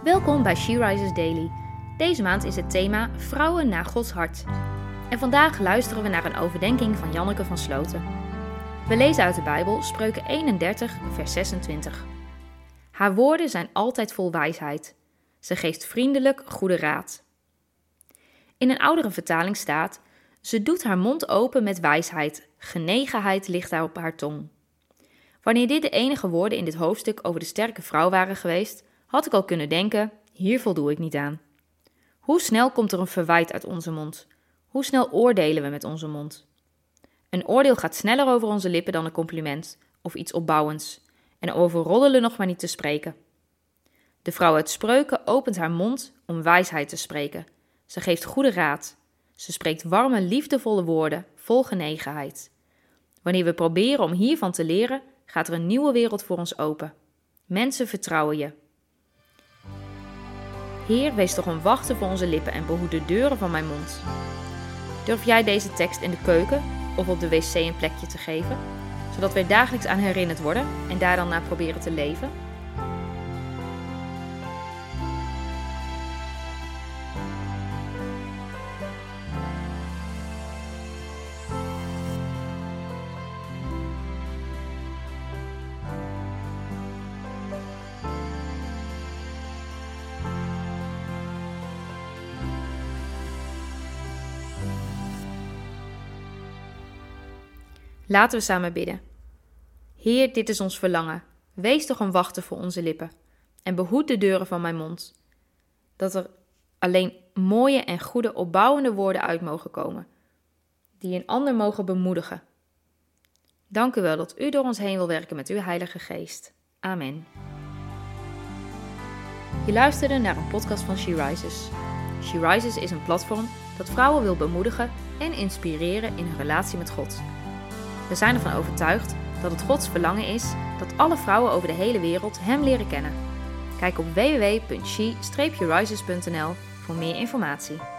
Welkom bij She Rises Daily. Deze maand is het thema Vrouwen naar Gods hart. En vandaag luisteren we naar een overdenking van Janneke van Sloten. We lezen uit de Bijbel Spreuken 31, vers 26. Haar woorden zijn altijd vol wijsheid. Ze geeft vriendelijk goede raad. In een oudere vertaling staat: ze doet haar mond open met wijsheid. Genegenheid ligt daar op haar tong. Wanneer dit de enige woorden in dit hoofdstuk over de sterke vrouw waren geweest, had ik al kunnen denken, hier voldoe ik niet aan. Hoe snel komt er een verwijt uit onze mond? Hoe snel oordelen we met onze mond? Een oordeel gaat sneller over onze lippen dan een compliment of iets opbouwends. En over roddelen nog maar niet te spreken. De vrouw uit Spreuken opent haar mond om wijsheid te spreken. Ze geeft goede raad. Ze spreekt warme, liefdevolle woorden, vol genegenheid. Wanneer we proberen om hiervan te leren, gaat er een nieuwe wereld voor ons open. Mensen vertrouwen je. Heer, wees toch een wachter voor onze lippen en behoed de deuren van mijn mond. Durf jij deze tekst in de keuken of op de wc een plekje te geven, zodat wij dagelijks aan herinnerd worden en daar dan naar proberen te leven? Laten we samen bidden. Heer, dit is ons verlangen. Wees toch een wachter voor onze lippen en behoed de deuren van mijn mond. Dat er alleen mooie en goede opbouwende woorden uit mogen komen, die een ander mogen bemoedigen. Dank u wel dat u door ons heen wil werken met uw Heilige Geest. Amen. Je luisterde naar een podcast van She Rises. She Rises is een platform dat vrouwen wil bemoedigen en inspireren in hun relatie met God. We zijn ervan overtuigd dat het Gods verlangen is dat alle vrouwen over de hele wereld Hem leren kennen. Kijk op www.she-rises.nl voor meer informatie.